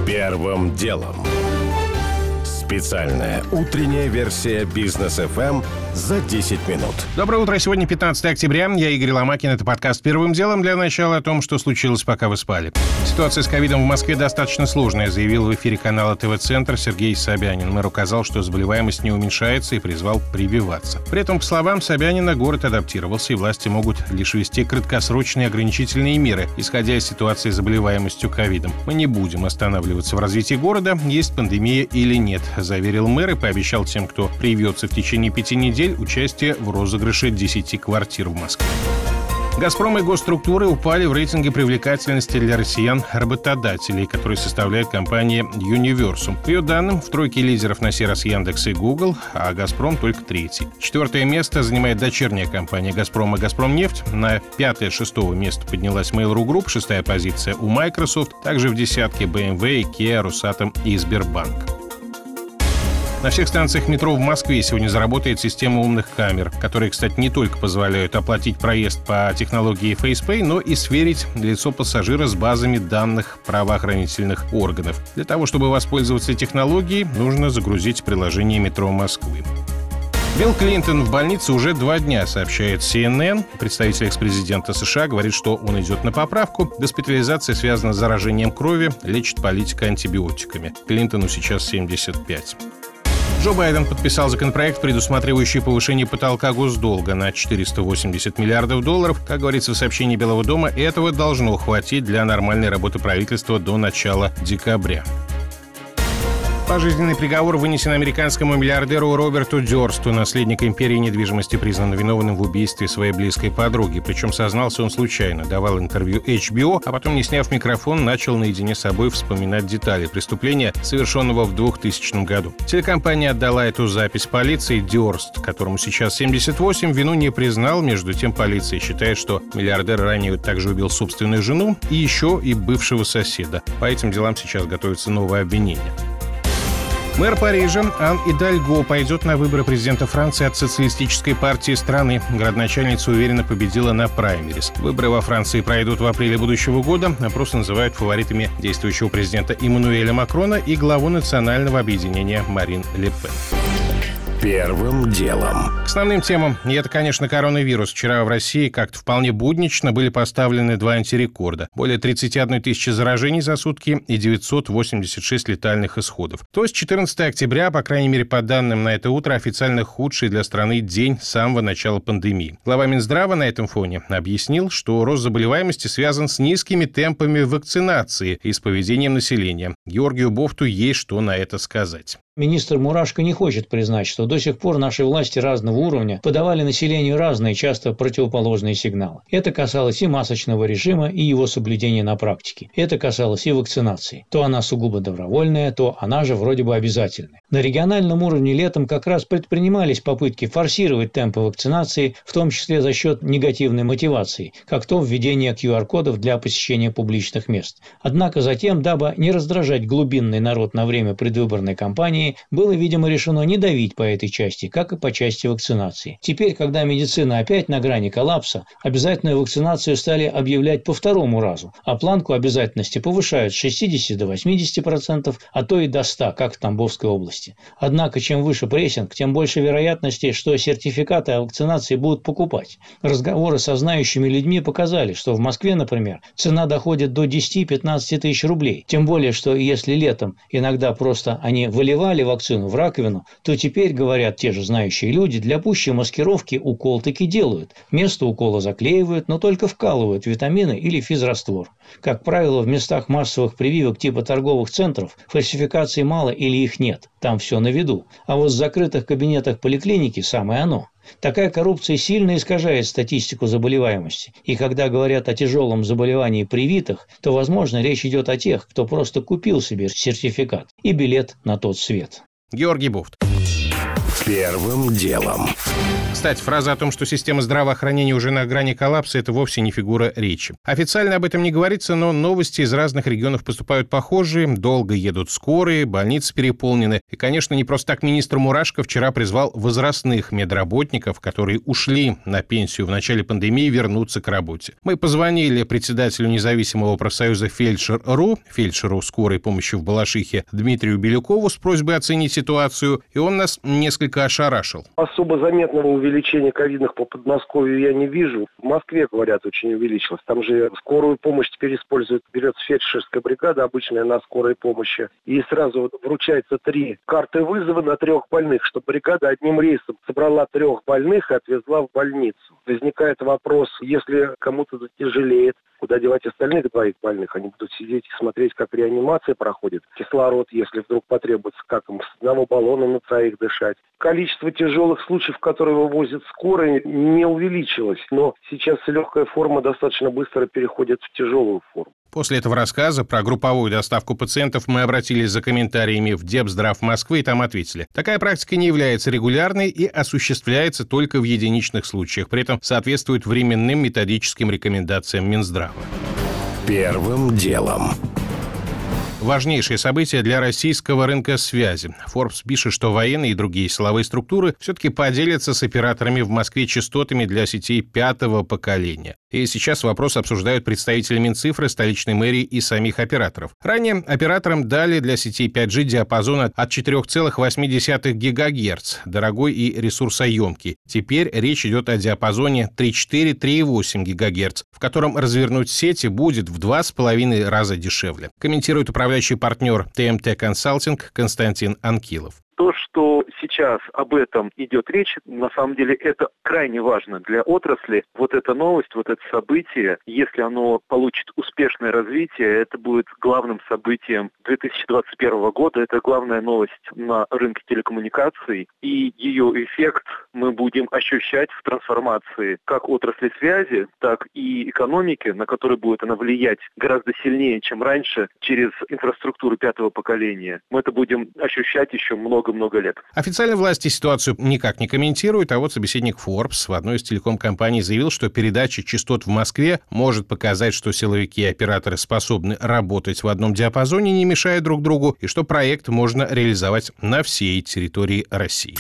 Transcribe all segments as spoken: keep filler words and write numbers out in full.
Первым делом. Специальная утренняя версия Бизнес эф эм за десять минут. Доброе утро. Сегодня пятнадцатое октября. Я Игорь Ломакин. Это подкаст «Первым делом». Для начала о том, что случилось, пока вы спали. Ситуация с ковидом в Москве достаточно сложная, заявил в эфире канала ТВ-центр Сергей Собянин. Мэр указал, что заболеваемость не уменьшается, и призвал прививаться. При этом, по словам Собянина, город адаптировался, и власти могут лишь ввести краткосрочные ограничительные меры, исходя из ситуации с заболеваемостью ковидом. Мы не будем останавливаться в развитии города, есть пандемия или нет, заверил мэр и пообещал тем, кто привьется в течение пяти недель, участие в розыгрыше десяти квартир в Москве. «Газпром» и госструктуры упали в рейтинге привлекательности для россиян-работодателей, который составляет компания Universum. По ее данным, в тройке лидеров на сей раз Яндекс и Google, а «Газпром» только третий. Четвертое место занимает дочерняя компания «Газпрома» «Газпромнефть». На пятое-шестое место поднялась Mail.ru Group, шестая позиция у Microsoft, также в десятке бэ эм вэ, Kia, Росатом и Сбербанк. На всех станциях метро в Москве сегодня заработает система умных камер, которые, кстати, не только позволяют оплатить проезд по технологии FacePay, но и сверить лицо пассажира с базами данных правоохранительных органов. Для того, чтобы воспользоваться технологией, нужно загрузить приложение «Метро Москвы». Билл Клинтон в больнице уже два дня, сообщает си эн эн. Представитель экс-президента США говорит, что он идет на поправку. Госпитализация связана с заражением крови, лечит политика антибиотиками. Клинтону сейчас семьдесят пять. Джо Байден подписал законопроект, предусматривающий повышение потолка госдолга на четыреста восемьдесят миллиардов долларов. Как говорится в сообщении Белого дома, этого должно хватить для нормальной работы правительства до начала декабря. Пожизненный приговор вынесен американскому миллиардеру Роберту Дёрсту. Наследник империи недвижимости признан виновным в убийстве своей близкой подруги. Причем сознался он случайно. Давал интервью эйч би о, а потом, не сняв микрофон, начал наедине с собой вспоминать детали преступления, совершенного в двухтысячном году. Телекомпания отдала эту запись полиции. Дёрст, которому сейчас семьдесят восемь, вину не признал. Между тем, полиция считает, что миллиардер ранее также убил собственную жену и еще и бывшего соседа. По этим делам сейчас готовится новое обвинение. Мэр Парижа Ан Идальго пойдет на выборы президента Франции от социалистической партии страны. Городначальница уверенно победила на праймерис. Выборы во Франции пройдут в апреле будущего года. Опрос называют фаворитами действующего президента Эммануэля Макрона и главу национального объединения Марин Ле Пен. Первым делом. К основным темам. И это, конечно, коронавирус. Вчера в России как-то вполне буднично были поставлены два антирекорда. Более тридцать одна тысяча заражений за сутки и девятьсот восемьдесят шесть летальных исходов. То есть четырнадцатое октября, по крайней мере, по данным на это утро, официально худший для страны день с самого начала пандемии. Глава Минздрава на этом фоне объяснил, что рост заболеваемости связан с низкими темпами вакцинации и с поведением населения. Георгию Бофту есть что на это сказать. Министр Мурашко не хочет признать, что до сих пор наши власти разного уровня подавали населению разные, часто противоположные сигналы. Это касалось и масочного режима, и его соблюдения на практике. Это касалось и вакцинации. То она сугубо добровольная, то она же вроде бы обязательная. На региональном уровне летом как раз предпринимались попытки форсировать темпы вакцинации, в том числе за счет негативной мотивации, как то введение ку ар кодов для посещения публичных мест. Однако затем, дабы не раздражать глубинный народ на время предвыборной кампании, было, видимо, решено не давить по этой части, как и по части вакцинации. Теперь, когда медицина опять на грани коллапса, обязательную вакцинацию стали объявлять по второму разу, а планку обязательности повышают с шестидесяти до восьмидесяти процентов, а то и до ста процентов, как в Тамбовской области. Однако, чем выше прессинг, тем больше вероятности, что сертификаты о вакцинации будут покупать. Разговоры со знающими людьми показали, что в Москве, например, цена доходит до десяти-пятнадцати тысяч рублей. Тем более, что если летом иногда просто они выливали вакцину в раковину, то теперь, говорят те же знающие люди, для пущей маскировки укол таки делают. Место укола заклеивают, но только вкалывают витамины или физраствор. Как правило, в местах массовых прививок типа торговых центров фальсификаций мало или их нет. Там все на виду. А вот в закрытых кабинетах поликлиники самое оно. Такая коррупция сильно искажает статистику заболеваемости. И когда говорят о тяжелом заболевании привитых, то, возможно, речь идет о тех, кто просто купил себе сертификат и билет на тот свет. Георгий Бофт. Первым делом. Кстати, фраза о том, что система здравоохранения уже на грани коллапса, это вовсе не фигура речи. Официально об этом не говорится, но новости из разных регионов поступают похожие. Долго едут скорые, больницы переполнены. И, конечно, не просто так министр Мурашко вчера призвал возрастных медработников, которые ушли на пенсию в начале пандемии, вернуться к работе. Мы позвонили председателю независимого профсоюза «Фельдшер.ру», фельдшеру скорой помощи в Балашихе Дмитрию Белюкову с просьбой оценить ситуацию, и он нас несколько ошарашил. Особо заметного увеличения ковидных по Подмосковью я не вижу. В Москве, говорят, очень увеличилось. Там же скорую помощь теперь используют. Берется фельдшерская бригада, обычная на скорой помощи, и сразу вручается три карты вызова на трех больных, чтобы бригада одним рейсом собрала трех больных и отвезла в больницу. Возникает вопрос, если кому-то затяжелеет, куда девать остальных двоих больных? Они будут сидеть и смотреть, как реанимация проходит. Кислород, если вдруг потребуется, как им с одного баллона на троих дышать. Количество тяжелых случаев, которые вывозят скорые, не увеличилось. Но сейчас легкая форма достаточно быстро переходит в тяжелую форму. После этого рассказа про групповую доставку пациентов мы обратились за комментариями в Депздрав Москвы, и там ответили: такая практика не является регулярной и осуществляется только в единичных случаях, при этом соответствует временным методическим рекомендациям Минздрава. Первым делом. Важнейшее событие для российского рынка связи. Forbes пишет, что военные и другие силовые структуры все-таки поделятся с операторами в Москве частотами для сетей пятого поколения. И сейчас вопрос обсуждают представители Минцифры, столичной мэрии и самих операторов. Ранее операторам дали для сетей пять джи диапазон от четыре целых восемь десятых гигагерц, дорогой и ресурсоемкий. Теперь речь идет о диапазоне три целых четыре — три целых восемь гигагерц, в котором развернуть сети будет в два с половиной раза дешевле, комментирует управляющий партнер тэ эм тэ Консалтинг Константин Анкилов. То, что сейчас об этом идет речь, на самом деле это крайне важно для отрасли. Вот эта новость, вот это событие, если оно получит успешное развитие, это будет главным событием две тысячи двадцать первого года. Это главная новость на рынке телекоммуникаций. И ее эффект мы будем ощущать в трансформации как отрасли связи, так и экономики, на которую будет она влиять гораздо сильнее, чем раньше, через инфраструктуру пятого поколения. Мы это будем ощущать еще много много лет. Официально власти ситуацию никак не комментируют, а вот собеседник Forbes в одной из телеком-компаний заявил, что передача частот в Москве может показать, что силовики и операторы способны работать в одном диапазоне, не мешая друг другу, и что проект можно реализовать на всей территории России.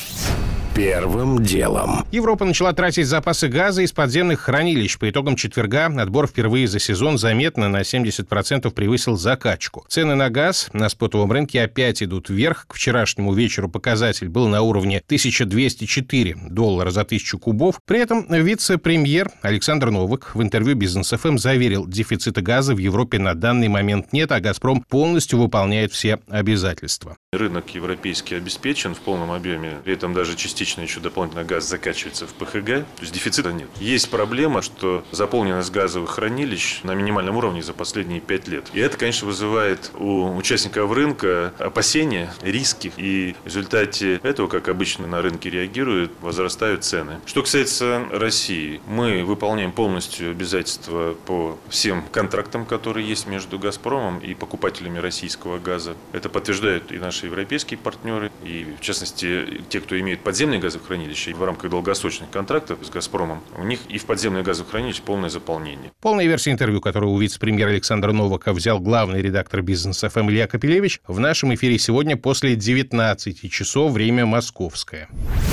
Первым делом. Европа начала тратить запасы газа из подземных хранилищ. По итогам четверга отбор впервые за сезон заметно на семьдесят процентов превысил закачку. Цены на газ на спотовом рынке опять идут вверх. К вчерашнему вечеру показатель был на уровне тысяча двести четыре доллара за тысячу кубов. При этом вице-премьер Александр Новак в интервью Бизнес эф эм заверил, дефицита газа в Европе на данный момент нет, а «Газпром» полностью выполняет все обязательства. Рынок европейский обеспечен в полном объеме, при этом даже частично еще дополнительно газ закачивается в пэ ха гэ, то есть дефицита нет. Есть проблема, что заполненность газовых хранилищ на минимальном уровне за последние пять лет. И это, конечно, вызывает у участников рынка опасения, риски. И в результате этого, как обычно на рынке реагируют, возрастают цены. Что касается России, мы выполняем полностью обязательства по всем контрактам, которые есть между «Газпромом» и покупателями российского газа. Это подтверждают и наши европейские партнеры, и в частности те, кто имеет подземные газохранилища, в рамках долгосрочных контрактов с «Газпромом», у них и в подземных газохранилищах полное заполнение. Полная версия интервью, которую у вице-премьера Александра Новака взял главный редактор Бизнес эф эм Илья Капелевич, в нашем эфире сегодня после девятнадцати часов, время московское.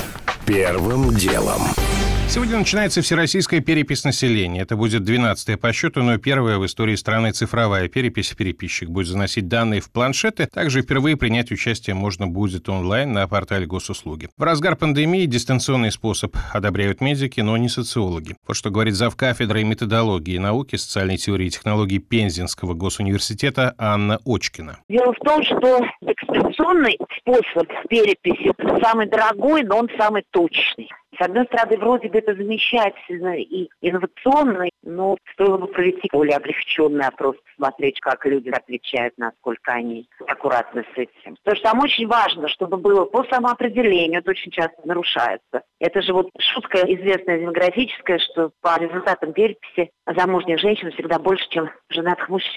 Первым делом. Сегодня начинается всероссийская перепись населения. Это будет двенадцатая по счету, но первая в истории страны цифровая перепись. Переписчик будет заносить данные в планшеты. Также впервые принять участие можно будет онлайн на портале госуслуги. В разгар пандемии дистанционный способ одобряют медики, но не социологи. Вот что говорит завкафедрой методологии и науки, социальной теории и технологий Пензенского госуниверситета Анна Очкина. Дело в том, что экспедиционный способ переписи самый дорогой, но он самый точный. С одной стороны, вроде бы это замечательно и инновационно, но стоило бы провести более облегченный опрос, посмотреть, как люди отвечают, насколько они аккуратны с этим. Потому что там очень важно, чтобы было по самоопределению, это очень часто нарушается. Это же вот шутка известная демографическая, что по результатам переписи замужних женщин всегда больше, чем женатых мужчин.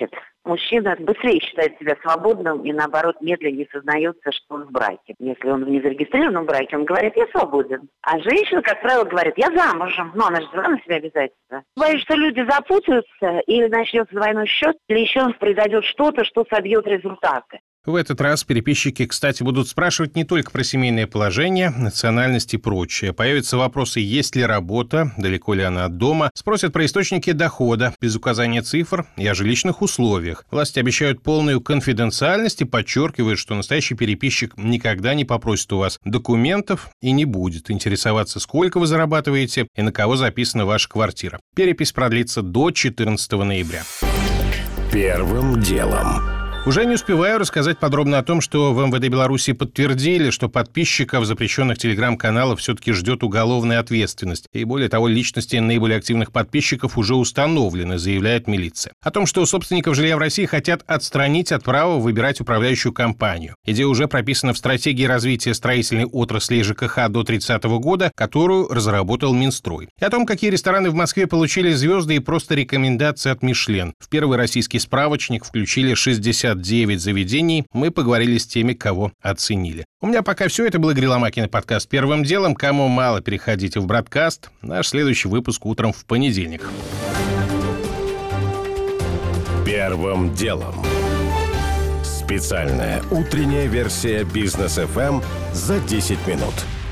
Мужчина быстрее считает себя свободным и, наоборот, медленнее сознается, что он в браке. Если он в незарегистрированном браке, он говорит: я свободен. А женщина, как правило, говорит: я замужем. Но она же взяла на себя обязательства. Боюсь, что люди запутаются, или начнется двойной счет, или еще произойдет что-то, что собьет результаты. В этот раз переписчики, кстати, будут спрашивать не только про семейное положение, национальность и прочее. Появятся вопросы: есть ли работа, далеко ли она от дома. Спросят про источники дохода, без указания цифр, и о жилищных условиях. Власти обещают полную конфиденциальность и подчеркивают, что настоящий переписчик никогда не попросит у вас документов и не будет интересоваться, сколько вы зарабатываете и на кого записана ваша квартира. Перепись продлится до четырнадцатого ноября. Первым делом. Уже не успеваю рассказать подробно о том, что в эм вэ дэ Беларуси подтвердили, что подписчиков запрещенных телеграм-каналов все-таки ждет уголовная ответственность. И более того, личности наиболее активных подписчиков уже установлены, заявляет милиция. О том, что собственников жилья в России хотят отстранить от права выбирать управляющую компанию. Идея уже прописана в стратегии развития строительной отрасли ЖКХ до тридцатого года, которую разработал Минстрой. И о том, какие рестораны в Москве получили звезды и просто рекомендации от Мишлен. В первый российский справочник включили шестьдесят девять заведений, мы поговорили с теми, кого оценили. У меня пока все. Это был Игорь Ломакин и подкаст «Первым делом». Кому мало, переходите в Бродкаст. Наш следующий выпуск утром в понедельник. Первым делом. Специальная утренняя версия «Бизнес эф эм» за десять минут.